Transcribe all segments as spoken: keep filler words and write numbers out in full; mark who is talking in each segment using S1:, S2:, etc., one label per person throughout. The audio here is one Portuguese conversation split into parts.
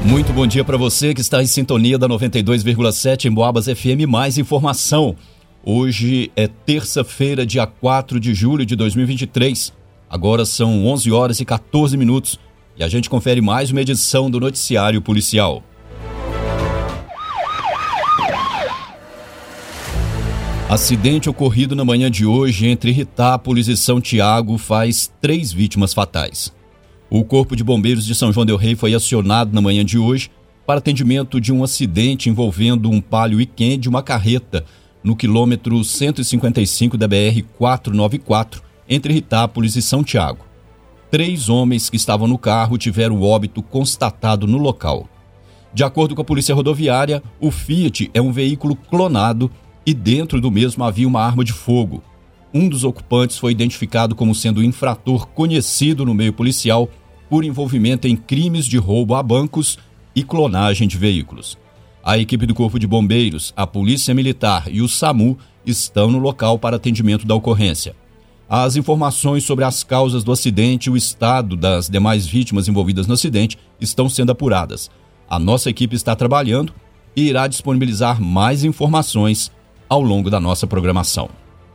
S1: Muito bom dia para você que está em sintonia da noventa e dois vírgula sete em Boabas F M. Mais informação. Hoje é terça-feira, dia quatro de julho de dois mil e vinte e três. Agora são onze horas e quatorze minutos e a gente confere mais uma edição do Noticiário Policial. Acidente ocorrido na manhã de hoje entre Ritápolis e São Tiago faz três vítimas fatais. O Corpo de Bombeiros de São João del Rei foi acionado na manhã de hoje para atendimento de um acidente envolvendo um Palio Weekend e uma carreta no quilômetro cento e cinquenta e cinco da B R quatrocentos e noventa e quatro, entre Ritápolis e São Tiago. Três homens que estavam no carro tiveram óbito constatado no local. De acordo com a Polícia Rodoviária, o Fiat é um veículo clonado e dentro do mesmo havia uma arma de fogo. Um dos ocupantes foi identificado como sendo um infrator conhecido no meio policial por envolvimento em crimes de roubo a bancos e clonagem de veículos. A equipe do Corpo de Bombeiros, a Polícia Militar e o SAMU estão no local para atendimento da ocorrência. As informações sobre as causas do acidente e o estado das demais vítimas envolvidas no acidente estão sendo apuradas. A nossa equipe está trabalhando e irá disponibilizar mais informações ao longo da nossa programação.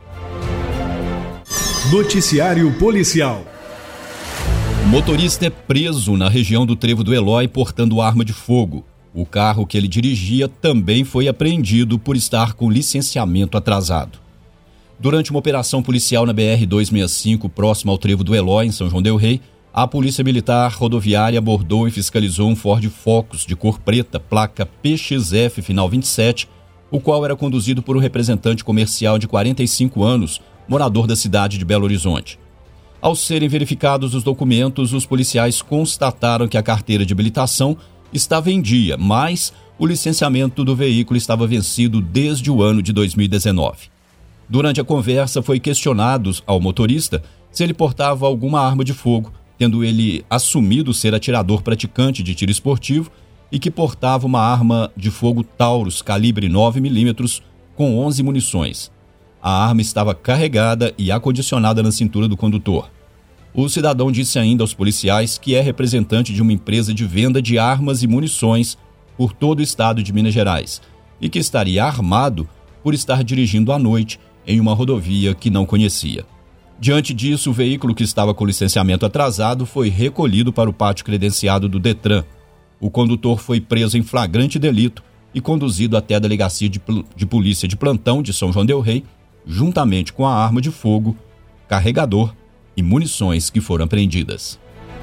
S2: Noticiário Policial.
S1: Motorista é preso na região do Trevo do Eloy portando arma de fogo. O carro que ele dirigia também foi apreendido por estar com licenciamento atrasado. Durante uma operação policial na B R duzentos e sessenta e cinco, próximo ao Trevo do Eloy, em São João del Rei, a Polícia Militar Rodoviária abordou e fiscalizou um Ford Focus de cor preta, placa P X F final vinte e sete, o qual era conduzido por um representante comercial de quarenta e cinco anos, morador da cidade de Belo Horizonte. Ao serem verificados os documentos, os policiais constataram que a carteira de habilitação estava em dia, mas o licenciamento do veículo estava vencido desde o ano de dois mil e dezenove. Durante a conversa, foi questionado ao motorista se ele portava alguma arma de fogo, tendo ele assumido ser atirador praticante de tiro esportivo e que portava uma arma de fogo Taurus calibre nove milímetros com onze munições. A arma estava carregada e acondicionada na cintura do condutor. O cidadão disse ainda aos policiais que é representante de uma empresa de venda de armas e munições por todo o estado de Minas Gerais e que estaria armado por estar dirigindo à noite em uma rodovia que não conhecia. Diante disso, o veículo que estava com licenciamento atrasado foi recolhido para o pátio credenciado do Detran. O condutor foi preso em flagrante delito e conduzido até a Delegacia de, de Polícia de Plantão de São João del Rei, juntamente com a arma de fogo, carregador e munições que foram apreendidas.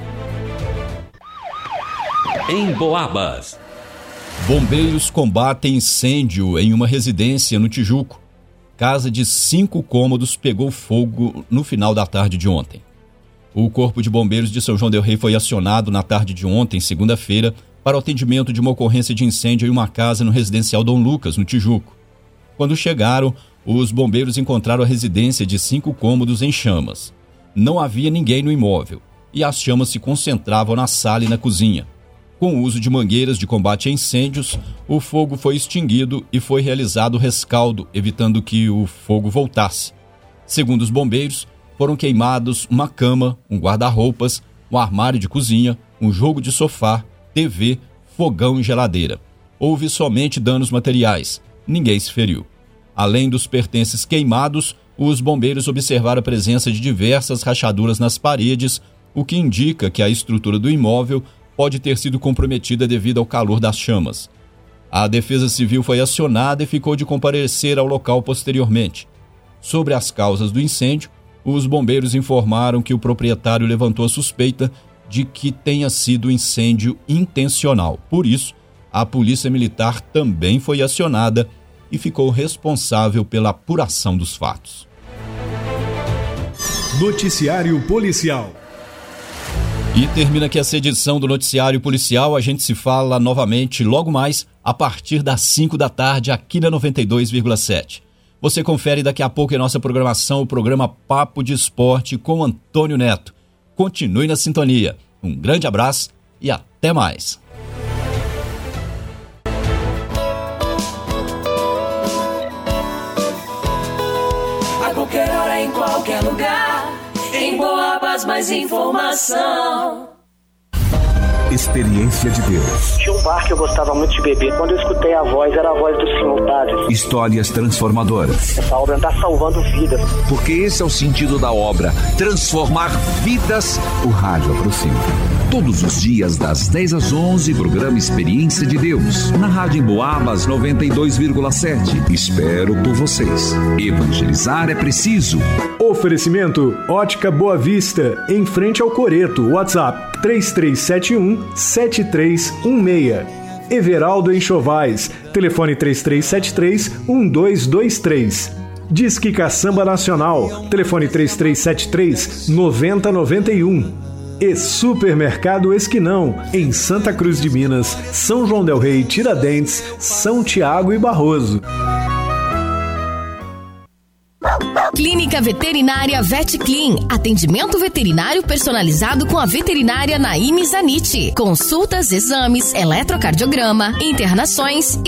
S3: Em Boabas.
S1: Bombeiros combatem incêndio em uma residência no Tijuco. Casa de cinco cômodos pegou fogo no final da tarde de ontem. O Corpo de Bombeiros de São João del Rei foi acionado na tarde de ontem, segunda-feira, para o atendimento de uma ocorrência de incêndio em uma casa no residencial Dom Lucas, no Tijuco. Quando chegaram, os bombeiros encontraram a residência de cinco cômodos em chamas. Não havia ninguém no imóvel e as chamas se concentravam na sala e na cozinha. Com o uso de mangueiras de combate a incêndios, o fogo foi extinguido e foi realizado o rescaldo, evitando que o fogo voltasse. Segundo os bombeiros, foram queimados uma cama, um guarda-roupas, um armário de cozinha, um jogo de sofá, T V, fogão e geladeira. Houve somente danos materiais. Ninguém se feriu. Além dos pertences queimados, os bombeiros observaram a presença de diversas rachaduras nas paredes, o que indica que a estrutura do imóvel pode ter sido comprometida devido ao calor das chamas. A Defesa Civil foi acionada e ficou de comparecer ao local posteriormente. Sobre as causas do incêndio, os bombeiros informaram que o proprietário levantou a suspeita de que tenha sido incêndio intencional. Por isso, a Polícia Militar também foi acionada e ficou responsável pela apuração dos fatos.
S2: Noticiário Policial.
S1: E termina aqui essa edição do Noticiário Policial. A gente se fala novamente logo mais a partir das cinco da tarde aqui na noventa e dois vírgula sete. Você confere daqui a pouco em nossa programação o programa Papo de Esporte com Antônio Neto. Continue na sintonia. Um grande abraço e até mais.
S4: A qualquer hora, em qualquer lugar, em Boabas mais informação.
S5: Experiência de Deus.
S6: Tinha um bar que eu gostava muito de beber. Quando eu escutei a voz, era a voz do Senhor, Padre.
S5: Histórias transformadoras.
S6: Essa obra está salvando vidas.
S5: Porque esse é o sentido da obra, transformar vidas. O rádio aproxima. Todos os dias, das dez às onze, programa Experiência de Deus. Na Rádio Emboabas noventa e dois vírgula sete. Espero por vocês. Evangelizar é preciso.
S2: Oferecimento Ótica Boa Vista, em frente ao Coreto. WhatsApp três três sete um, sete três um seis. Everaldo Enxovais, telefone três três sete três, um dois dois três. Disque Caçamba Nacional, telefone três três sete três, nove zero nove um. E Supermercado Esquinão, em Santa Cruz de Minas, São João del Rei, Tiradentes, São Tiago e Barroso.
S7: Clínica Veterinária VetClean. Atendimento veterinário personalizado com a veterinária Naime Zanite. Consultas, exames, eletrocardiograma, internações